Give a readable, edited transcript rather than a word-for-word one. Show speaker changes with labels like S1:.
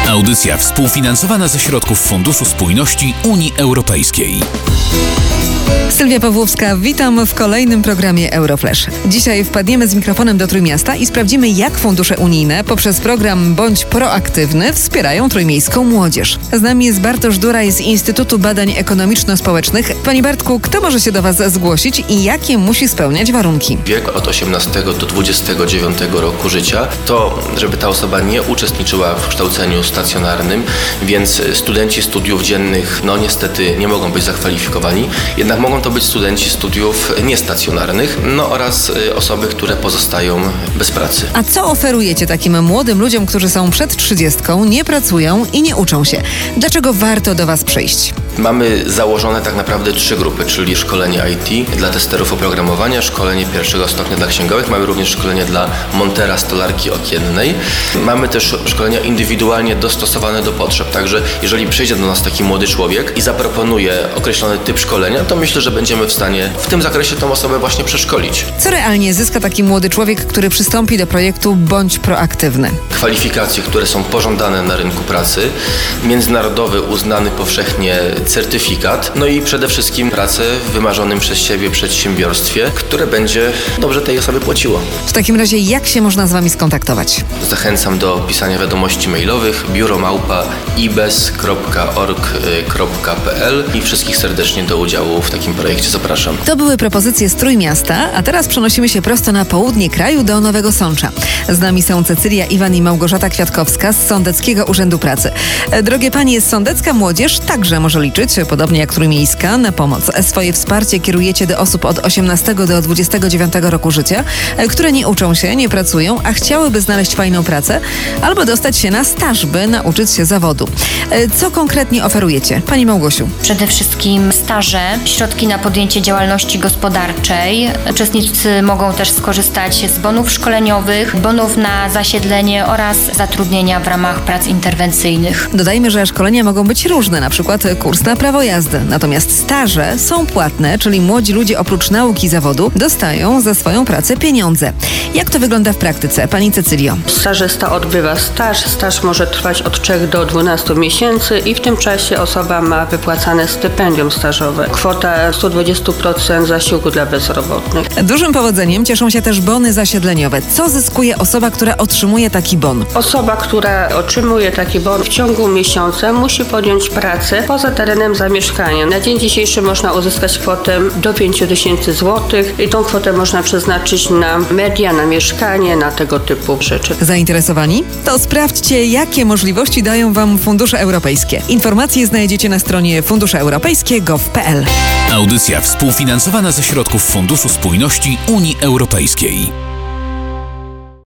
S1: Audycja współfinansowana ze środków Funduszu Spójności Unii Europejskiej.
S2: Sylwia Pawłowska, witam w kolejnym programie Euroflash. Dzisiaj wpadniemy z mikrofonem do Trójmiasta i sprawdzimy, jak fundusze unijne poprzez program Bądź Proaktywny wspierają trójmiejską młodzież. Z nami jest Bartosz Duraj z Instytutu Badań Ekonomiczno-Społecznych. Panie Bartku, kto może się do Was zgłosić i jakie musi spełniać warunki?
S3: Wiek od 18 do 29 roku życia to, żeby ta osoba nie uczestniczyła w kształceniu stacjonarnym, więc studenci studiów dziennych niestety nie mogą być zakwalifikowani, jednak mogą to być studenci studiów niestacjonarnych, oraz osoby, które pozostają bez pracy.
S2: A co oferujecie takim młodym ludziom, którzy są przed 30, nie pracują i nie uczą się? Dlaczego warto do Was przyjść?
S3: Mamy założone tak naprawdę 3 grupy, czyli szkolenie IT dla testerów oprogramowania, szkolenie pierwszego stopnia dla księgowych, mamy również szkolenie dla montera stolarki okiennej. Mamy też szkolenia indywidualnie dostosowane do potrzeb, także jeżeli przyjdzie do nas taki młody człowiek i zaproponuje określony typ szkolenia, to myślę, że będziemy w stanie w tym zakresie tą osobę właśnie przeszkolić.
S2: Co realnie zyska taki młody człowiek, który przystąpi do projektu Bądź Proaktywny?
S3: Kwalifikacje, które są pożądane na rynku pracy, międzynarodowy, uznany powszechnie certyfikat, i przede wszystkim pracę w wymarzonym przez siebie przedsiębiorstwie, które będzie dobrze tej osobie płaciło.
S2: W takim razie jak się można z Wami skontaktować?
S3: Zachęcam do pisania wiadomości mailowych biuro@ibes.org.pl i wszystkich serdecznie do udziału w takim projekcie zapraszam.
S2: To były propozycje z Trójmiasta, a teraz przenosimy się prosto na południe kraju do Nowego Sącza. Z nami są Cecylia Iwan i Małgorzata Kwiatkowska z Sądeckiego Urzędu Pracy. Drogie panie, sądecka młodzież także może liczyć, podobnie jak trójmiejska, na pomoc. Swoje wsparcie kierujecie do osób od 18 do 29 roku życia, które nie uczą się, nie pracują, a chciałyby znaleźć fajną pracę albo dostać się na staż, by nauczyć się zawodu. Co konkretnie oferujecie? Pani Małgosiu.
S4: Przede wszystkim staże, środki na podjęcie działalności gospodarczej. Uczestnicy mogą też skorzystać z bonów szkoleniowych, bonów na zasiedlenie oraz zatrudnienia w ramach prac interwencyjnych.
S2: Dodajmy, że szkolenia mogą być różne, na przykład kurs na prawo jazdy. Natomiast staże są płatne, czyli młodzi ludzie oprócz nauki zawodu dostają za swoją pracę pieniądze. Jak to wygląda w praktyce? Pani Cecylio.
S5: Stażysta odbywa staż. Staż może trwać od 3 do 12 miesięcy i w tym czasie osoba ma wypłacane stypendium stażowe. Kwota 120% zasiłku dla bezrobotnych.
S2: Dużym powodzeniem cieszą się też bony zasiedleniowe. Co zyskuje osoba, która otrzymuje taki bon?
S5: Osoba, która otrzymuje taki bon w ciągu miesiąca musi podjąć pracę poza terenem zamieszkania. Na dzień dzisiejszy można uzyskać kwotę do 5000 zł i tą kwotę można przeznaczyć na media, na mieszkanie, na tego typu rzeczy.
S2: Zainteresowani? To sprawdźcie, jakie możliwości dają Wam fundusze europejskie. Informacje znajdziecie na stronie funduszeuropejskie.gov.pl.
S1: Audycja współfinansowana ze środków Funduszu Spójności Unii Europejskiej.